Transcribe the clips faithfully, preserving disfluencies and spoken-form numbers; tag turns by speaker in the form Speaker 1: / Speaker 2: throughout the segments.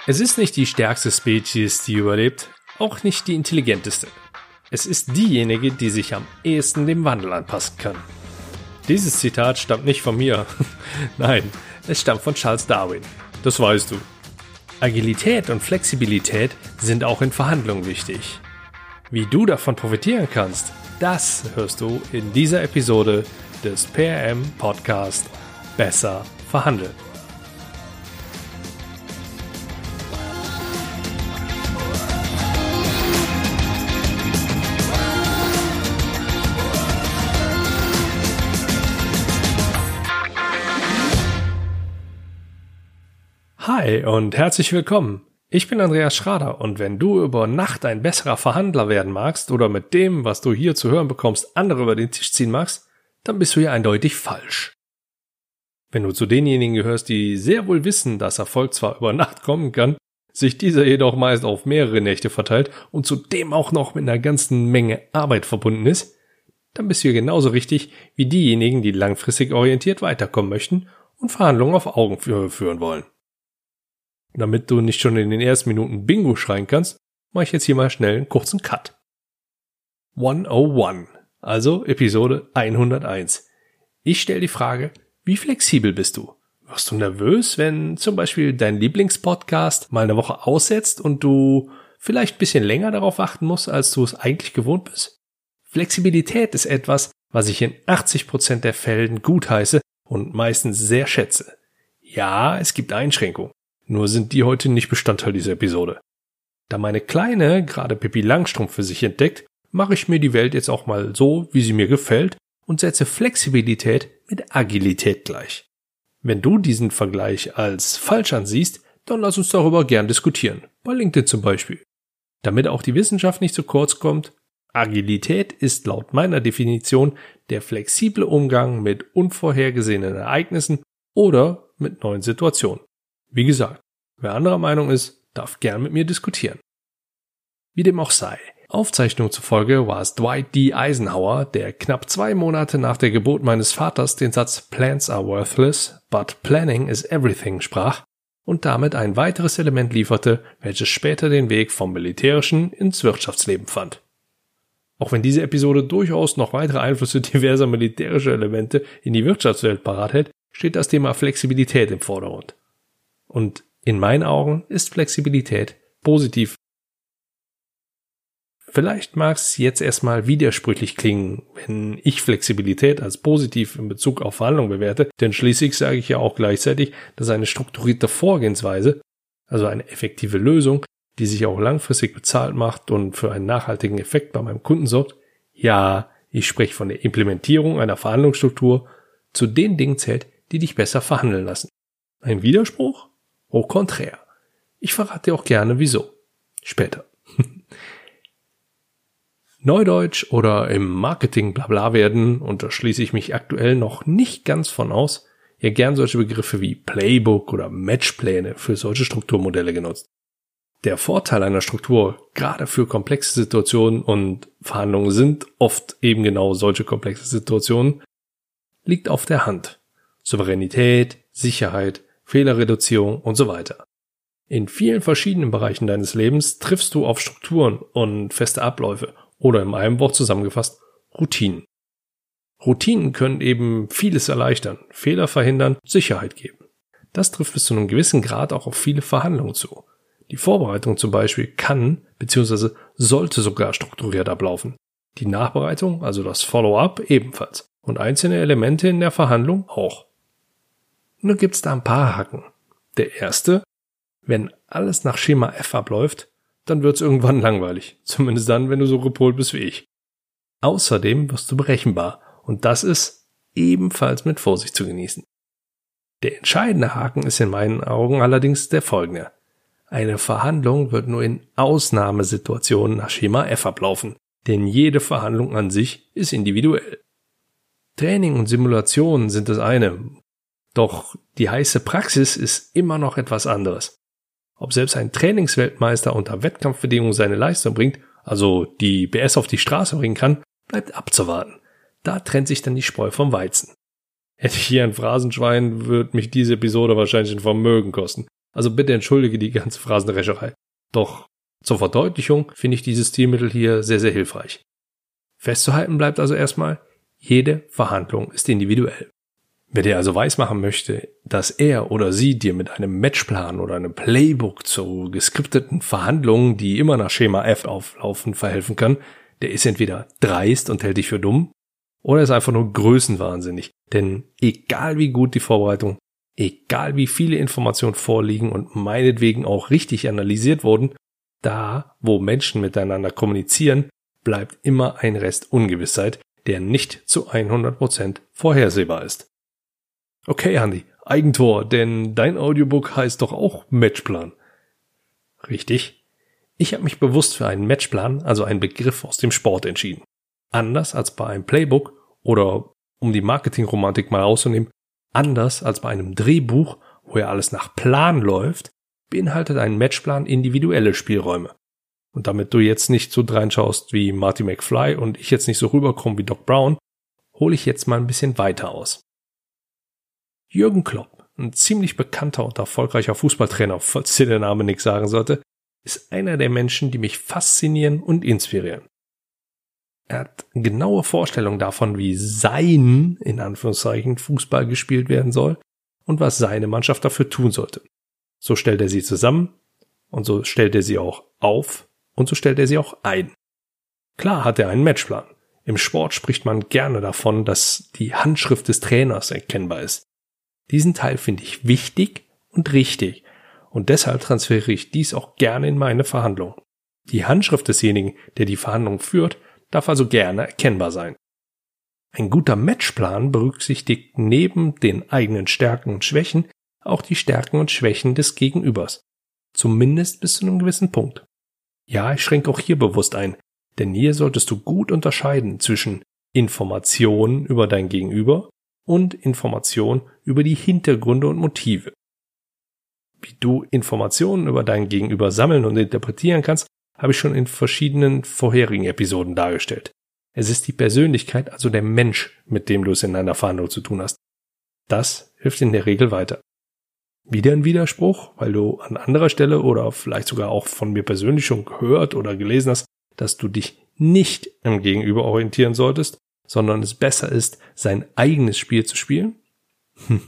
Speaker 1: Es ist nicht die stärkste Spezies, die überlebt, auch nicht die intelligenteste. Es ist diejenige, die sich am ehesten dem Wandel anpassen kann. Dieses Zitat stammt nicht von mir. Nein, es stammt von Charles Darwin. Das weißt du. Agilität und Flexibilität sind auch in Verhandlungen wichtig. Wie du davon profitieren kannst, das hörst du in dieser Episode des P R M Podcast Besser verhandeln. Hi und herzlich willkommen. Ich bin Andreas Schrader und wenn du über Nacht ein besserer Verhandler werden magst oder mit dem, was du hier zu hören bekommst, andere über den Tisch ziehen magst, dann bist du hier eindeutig falsch. Wenn du zu denjenigen gehörst, die sehr wohl wissen, dass Erfolg zwar über Nacht kommen kann, sich dieser jedoch meist auf mehrere Nächte verteilt und zudem auch noch mit einer ganzen Menge Arbeit verbunden ist, dann bist du hier genauso richtig wie diejenigen, die langfristig orientiert weiterkommen möchten und Verhandlungen auf Augenhöhe führen wollen. Damit du nicht schon in den ersten Minuten Bingo schreien kannst, mache ich jetzt hier mal schnell einen kurzen Cut. hunderteins, also Episode hunderteins. Ich stelle die Frage, wie flexibel bist du? Wirst du nervös, wenn zum Beispiel dein Lieblingspodcast mal eine Woche aussetzt und du vielleicht ein bisschen länger darauf achten musst, als du es eigentlich gewohnt bist? Flexibilität ist etwas, was ich in achtzig Prozent der Fällen gutheiße und meistens sehr schätze. Ja, es gibt Einschränkungen. Nur sind die heute nicht Bestandteil dieser Episode. Da meine Kleine gerade Pippi Langstrumpf für sich entdeckt, mache ich mir die Welt jetzt auch mal so, wie sie mir gefällt und setze Flexibilität mit Agilität gleich. Wenn du diesen Vergleich als falsch ansiehst, dann lass uns darüber gern diskutieren. Bei LinkedIn zum Beispiel. Damit auch die Wissenschaft nicht zu kurz kommt, Agilität ist laut meiner Definition der flexible Umgang mit unvorhergesehenen Ereignissen oder mit neuen Situationen. Wie gesagt, wer anderer Meinung ist, darf gern mit mir diskutieren. Wie dem auch sei, Aufzeichnung zufolge war es Dwight D. Eisenhower, der knapp zwei Monate nach der Geburt meines Vaters den Satz Plans are worthless, but planning is everything sprach und damit ein weiteres Element lieferte, welches später den Weg vom Militärischen ins Wirtschaftsleben fand. Auch wenn diese Episode durchaus noch weitere Einflüsse diverser militärischer Elemente in die Wirtschaftswelt parat hält, steht das Thema Flexibilität im Vordergrund. Und in meinen Augen ist Flexibilität positiv. Vielleicht mag es jetzt erstmal widersprüchlich klingen, wenn ich Flexibilität als positiv in Bezug auf Verhandlungen bewerte, denn schließlich sage ich ja auch gleichzeitig, dass eine strukturierte Vorgehensweise, also eine effektive Lösung, die sich auch langfristig bezahlt macht und für einen nachhaltigen Effekt bei meinem Kunden sorgt, ja, ich spreche von der Implementierung einer Verhandlungsstruktur, zu den Dingen zählt, die dich besser verhandeln lassen. Ein Widerspruch? Au contraire. Ich verrate dir auch gerne, wieso. Später. Neudeutsch oder im Marketing Blabla werden, und da schließe ich mich aktuell noch nicht ganz von aus, ja gern solche Begriffe wie Playbook oder Matchpläne für solche Strukturmodelle genutzt. Der Vorteil einer Struktur, gerade für komplexe Situationen, und Verhandlungen sind oft eben genau solche komplexe Situationen, liegt auf der Hand. Souveränität, Sicherheit, Fehlerreduzierung und so weiter. In vielen verschiedenen Bereichen deines Lebens triffst du auf Strukturen und feste Abläufe oder in einem Wort zusammengefasst Routinen. Routinen können eben vieles erleichtern, Fehler verhindern, Sicherheit geben. Das trifft bis zu einem gewissen Grad auch auf viele Verhandlungen zu. Die Vorbereitung zum Beispiel kann bzw. sollte sogar strukturiert ablaufen. Die Nachbereitung, also das Follow-up, ebenfalls. Und einzelne Elemente in der Verhandlung auch. Nur gibt's da ein paar Haken. Der erste, wenn alles nach Schema F abläuft, dann wird's irgendwann langweilig. Zumindest dann, wenn du so gepolt bist wie ich. Außerdem wirst du berechenbar. Und das ist ebenfalls mit Vorsicht zu genießen. Der entscheidende Haken ist in meinen Augen allerdings der folgende. Eine Verhandlung wird nur in Ausnahmesituationen nach Schema F ablaufen. Denn jede Verhandlung an sich ist individuell. Training und Simulation sind das eine. Doch die heiße Praxis ist immer noch etwas anderes. Ob selbst ein Trainingsweltmeister unter Wettkampfbedingungen seine Leistung bringt, also die B S auf die Straße bringen kann, bleibt abzuwarten. Da trennt sich dann die Spreu vom Weizen. Hätte ich hier ein Phrasenschwein, würde mich diese Episode wahrscheinlich ein Vermögen kosten. Also bitte entschuldige die ganze Phrasendrescherei. Doch zur Verdeutlichung finde ich dieses Stilmittel hier sehr, sehr hilfreich. Festzuhalten bleibt also erstmal, jede Verhandlung ist individuell. Wer dir also weismachen möchte, dass er oder sie dir mit einem Matchplan oder einem Playbook zu geskripteten Verhandlungen, die immer nach Schema F auflaufen, verhelfen kann, der ist entweder dreist und hält dich für dumm oder ist einfach nur größenwahnsinnig. Denn egal wie gut die Vorbereitung, egal wie viele Informationen vorliegen und meinetwegen auch richtig analysiert wurden, da, wo Menschen miteinander kommunizieren, bleibt immer ein Rest Ungewissheit, der nicht zu hundert Prozent vorhersehbar ist. Okay, Andi, Eigentor, denn dein Audiobook heißt doch auch Matchplan. Richtig. Ich habe mich bewusst für einen Matchplan, also einen Begriff aus dem Sport, entschieden. Anders als bei einem Playbook oder, um die Marketingromantik mal rauszunehmen, anders als bei einem Drehbuch, wo ja alles nach Plan läuft, beinhaltet ein Matchplan individuelle Spielräume. Und damit du jetzt nicht so reinschaust wie Marty McFly und ich jetzt nicht so rüberkomme wie Doc Brown, hole ich jetzt mal ein bisschen weiter aus. Jürgen Klopp, ein ziemlich bekannter und erfolgreicher Fußballtrainer, falls dir der Name nichts sagen sollte, ist einer der Menschen, die mich faszinieren und inspirieren. Er hat genaue Vorstellungen davon, wie sein, in Anführungszeichen, Fußball gespielt werden soll und was seine Mannschaft dafür tun sollte. So stellt er sie zusammen und so stellt er sie auch auf und so stellt er sie auch ein. Klar hat er einen Matchplan. Im Sport spricht man gerne davon, dass die Handschrift des Trainers erkennbar ist. Diesen Teil finde ich wichtig und richtig und deshalb transferiere ich dies auch gerne in meine Verhandlung. Die Handschrift desjenigen, der die Verhandlung führt, darf also gerne erkennbar sein. Ein guter Matchplan berücksichtigt neben den eigenen Stärken und Schwächen auch die Stärken und Schwächen des Gegenübers. Zumindest bis zu einem gewissen Punkt. Ja, ich schränke auch hier bewusst ein, denn hier solltest du gut unterscheiden zwischen Informationen über dein Gegenüber und Informationen über die Hintergründe und Motive. Wie du Informationen über dein Gegenüber sammeln und interpretieren kannst, habe ich schon in verschiedenen vorherigen Episoden dargestellt. Es ist die Persönlichkeit, also der Mensch, mit dem du es in einer Verhandlung zu tun hast. Das hilft in der Regel weiter. Wieder ein Widerspruch, weil du an anderer Stelle oder vielleicht sogar auch von mir persönlich schon gehört oder gelesen hast, dass du dich nicht im Gegenüber orientieren solltest, sondern es besser ist, sein eigenes Spiel zu spielen? Hm.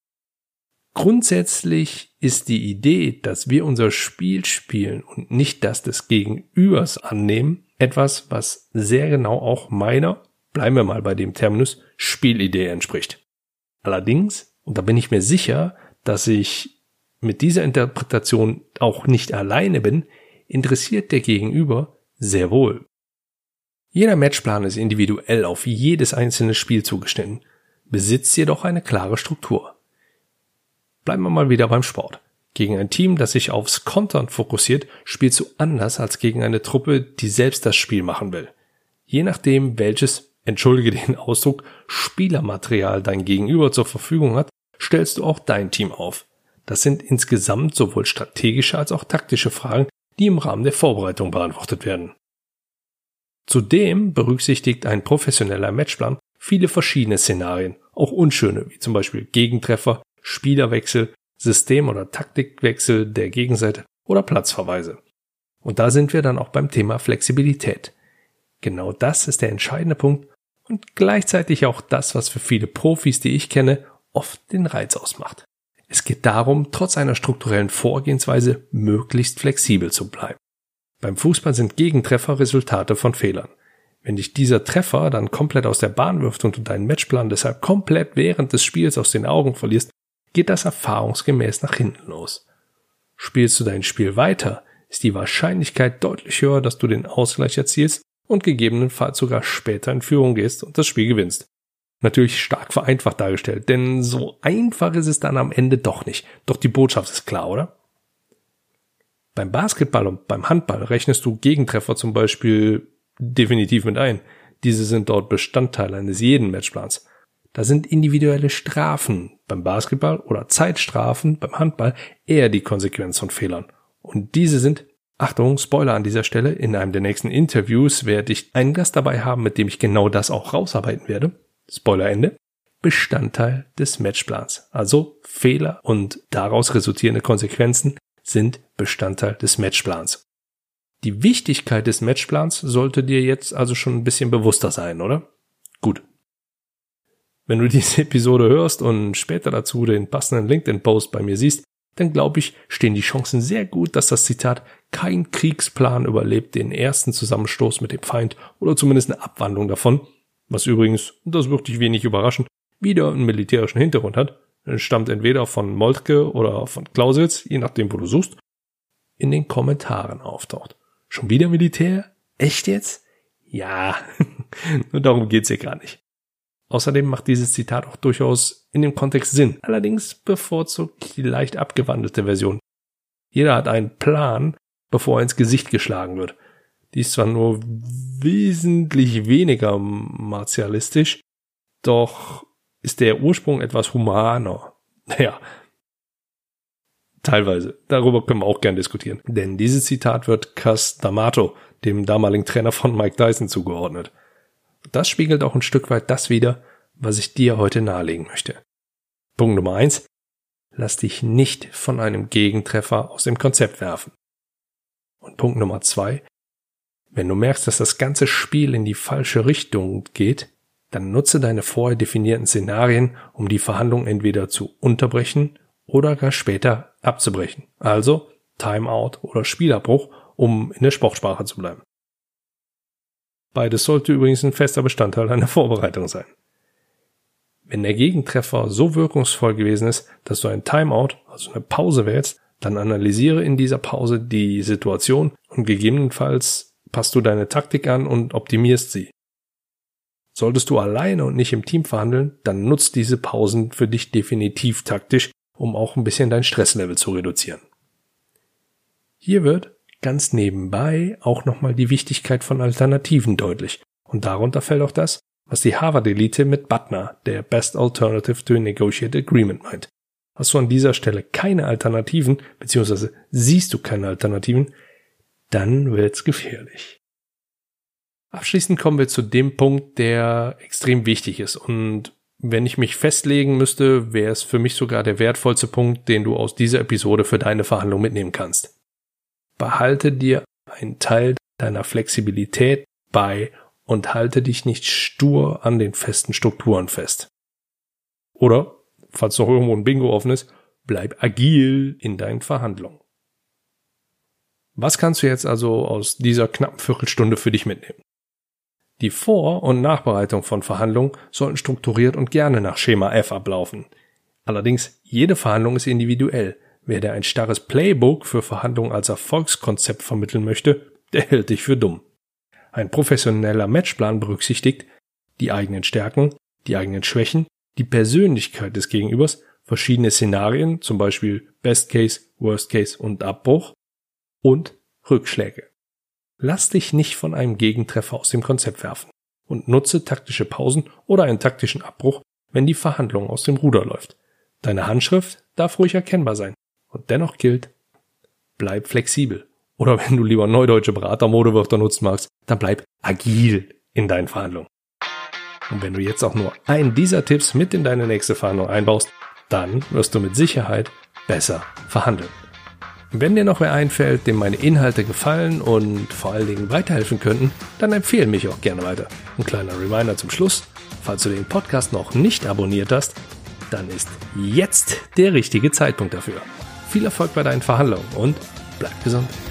Speaker 1: Grundsätzlich ist die Idee, dass wir unser Spiel spielen und nicht das des Gegenübers annehmen, etwas, was sehr genau auch meiner, bleiben wir mal bei dem Terminus, Spielidee entspricht. Allerdings, und da bin ich mir sicher, dass ich mit dieser Interpretation auch nicht alleine bin, interessiert der Gegenüber sehr wohl. Jeder Matchplan ist individuell auf jedes einzelne Spiel zugeschnitten, besitzt jedoch eine klare Struktur. Bleiben wir mal wieder beim Sport. Gegen ein Team, das sich aufs Kontern fokussiert, spielst du anders als gegen eine Truppe, die selbst das Spiel machen will. Je nachdem, welches, entschuldige den Ausdruck, Spielermaterial dein Gegenüber zur Verfügung hat, stellst du auch dein Team auf. Das sind insgesamt sowohl strategische als auch taktische Fragen, die im Rahmen der Vorbereitung beantwortet werden. Zudem berücksichtigt ein professioneller Matchplan viele verschiedene Szenarien, auch unschöne, wie zum Beispiel Gegentreffer, Spielerwechsel, System- oder Taktikwechsel der Gegenseite oder Platzverweise. Und da sind wir dann auch beim Thema Flexibilität. Genau das ist der entscheidende Punkt und gleichzeitig auch das, was für viele Profis, die ich kenne, oft den Reiz ausmacht. Es geht darum, trotz einer strukturellen Vorgehensweise möglichst flexibel zu bleiben. Beim Fußball sind Gegentreffer Resultate von Fehlern. Wenn dich dieser Treffer dann komplett aus der Bahn wirft und du deinen Matchplan deshalb komplett während des Spiels aus den Augen verlierst, geht das erfahrungsgemäß nach hinten los. Spielst du dein Spiel weiter, ist die Wahrscheinlichkeit deutlich höher, dass du den Ausgleich erzielst und gegebenenfalls sogar später in Führung gehst und das Spiel gewinnst. Natürlich stark vereinfacht dargestellt, denn so einfach ist es dann am Ende doch nicht. Doch die Botschaft ist klar, oder? Beim Basketball und beim Handball rechnest du Gegentreffer zum Beispiel definitiv mit ein. Diese sind dort Bestandteil eines jeden Matchplans. Da sind individuelle Strafen beim Basketball oder Zeitstrafen beim Handball eher die Konsequenz von Fehlern. Und diese sind, Achtung, Spoiler an dieser Stelle, in einem der nächsten Interviews werde ich einen Gast dabei haben, mit dem ich genau das auch rausarbeiten werde. Spoiler Ende. Bestandteil des Matchplans. Also Fehler und daraus resultierende Konsequenzen sind Bestandteil des Matchplans. Die Wichtigkeit des Matchplans sollte dir jetzt also schon ein bisschen bewusster sein, oder? Gut. Wenn du diese Episode hörst und später dazu den passenden LinkedIn-Post bei mir siehst, dann glaube ich, stehen die Chancen sehr gut, dass das Zitat "Kein Kriegsplan überlebt den ersten Zusammenstoß mit dem Feind" oder zumindest eine Abwandlung davon, was übrigens, das wird dich wenig überraschen, wieder einen militärischen Hintergrund hat, stammt entweder von Moltke oder von Clausewitz, je nachdem, wo du suchst, in den Kommentaren auftaucht. Schon wieder Militär? Echt jetzt? Ja, nur darum geht's hier gar nicht. Außerdem macht dieses Zitat auch durchaus in dem Kontext Sinn. Allerdings bevorzugt die leicht abgewandelte Version. Jeder hat einen Plan, bevor er ins Gesicht geschlagen wird. Die ist zwar nur wesentlich weniger martialistisch, doch ist der Ursprung etwas humaner. Naja, teilweise. Darüber können wir auch gern diskutieren. Denn dieses Zitat wird Cus D'Amato, dem damaligen Trainer von Mike Tyson, zugeordnet. Das spiegelt auch ein Stück weit das wider, was ich dir heute nahelegen möchte. Punkt Nummer eins. Lass dich nicht von einem Gegentreffer aus dem Konzept werfen. Und Punkt Nummer zwei. Wenn du merkst, dass das ganze Spiel in die falsche Richtung geht, dann nutze deine vorher definierten Szenarien, um die Verhandlung entweder zu unterbrechen oder gar später abzubrechen. Also Timeout oder Spielabbruch, um in der Sportsprache zu bleiben. Beides sollte übrigens ein fester Bestandteil einer Vorbereitung sein. Wenn der Gegentreffer so wirkungsvoll gewesen ist, dass du ein Timeout, also eine Pause wählst, dann analysiere in dieser Pause die Situation und gegebenenfalls passt du deine Taktik an und optimierst sie. Solltest du alleine und nicht im Team verhandeln, dann nutzt diese Pausen für dich definitiv taktisch, um auch ein bisschen dein Stresslevel zu reduzieren. Hier wird ganz nebenbei auch nochmal die Wichtigkeit von Alternativen deutlich. Und darunter fällt auch das, was die Harvard-Elite mit B A T N A, der Best Alternative to a Negotiated Agreement, meint. Hast du an dieser Stelle keine Alternativen, beziehungsweise siehst du keine Alternativen, dann wird's gefährlich. Abschließend kommen wir zu dem Punkt, der extrem wichtig ist. Und wenn ich mich festlegen müsste, wäre es für mich sogar der wertvollste Punkt, den du aus dieser Episode für deine Verhandlung mitnehmen kannst. Behalte dir einen Teil deiner Flexibilität bei und halte dich nicht stur an den festen Strukturen fest. Oder, falls noch irgendwo ein Bingo offen ist, bleib agil in deinen Verhandlungen. Was kannst du jetzt also aus dieser knappen Viertelstunde für dich mitnehmen? Die Vor- und Nachbereitung von Verhandlungen sollten strukturiert und gerne nach Schema F ablaufen. Allerdings, jede Verhandlung ist individuell. Wer dir ein starres Playbook für Verhandlungen als Erfolgskonzept vermitteln möchte, der hält dich für dumm. Ein professioneller Matchplan berücksichtigt die eigenen Stärken, die eigenen Schwächen, die Persönlichkeit des Gegenübers, verschiedene Szenarien, zum Beispiel Best Case, Worst Case und Abbruch und Rückschläge. Lass dich nicht von einem Gegentreffer aus dem Konzept werfen und nutze taktische Pausen oder einen taktischen Abbruch, wenn die Verhandlung aus dem Ruder läuft. Deine Handschrift darf ruhig erkennbar sein. Und dennoch gilt, bleib flexibel. Oder wenn du lieber neudeutsche Beratermodewörter nutzen magst, dann bleib agil in deinen Verhandlungen. Und wenn du jetzt auch nur einen dieser Tipps mit in deine nächste Verhandlung einbaust, dann wirst du mit Sicherheit besser verhandeln. Wenn dir noch wer einfällt, dem meine Inhalte gefallen und vor allen Dingen weiterhelfen könnten, dann empfehle mich auch gerne weiter. Ein kleiner Reminder zum Schluss, falls du den Podcast noch nicht abonniert hast, dann ist jetzt der richtige Zeitpunkt dafür. Viel Erfolg bei deinen Verhandlungen und bleib gesund.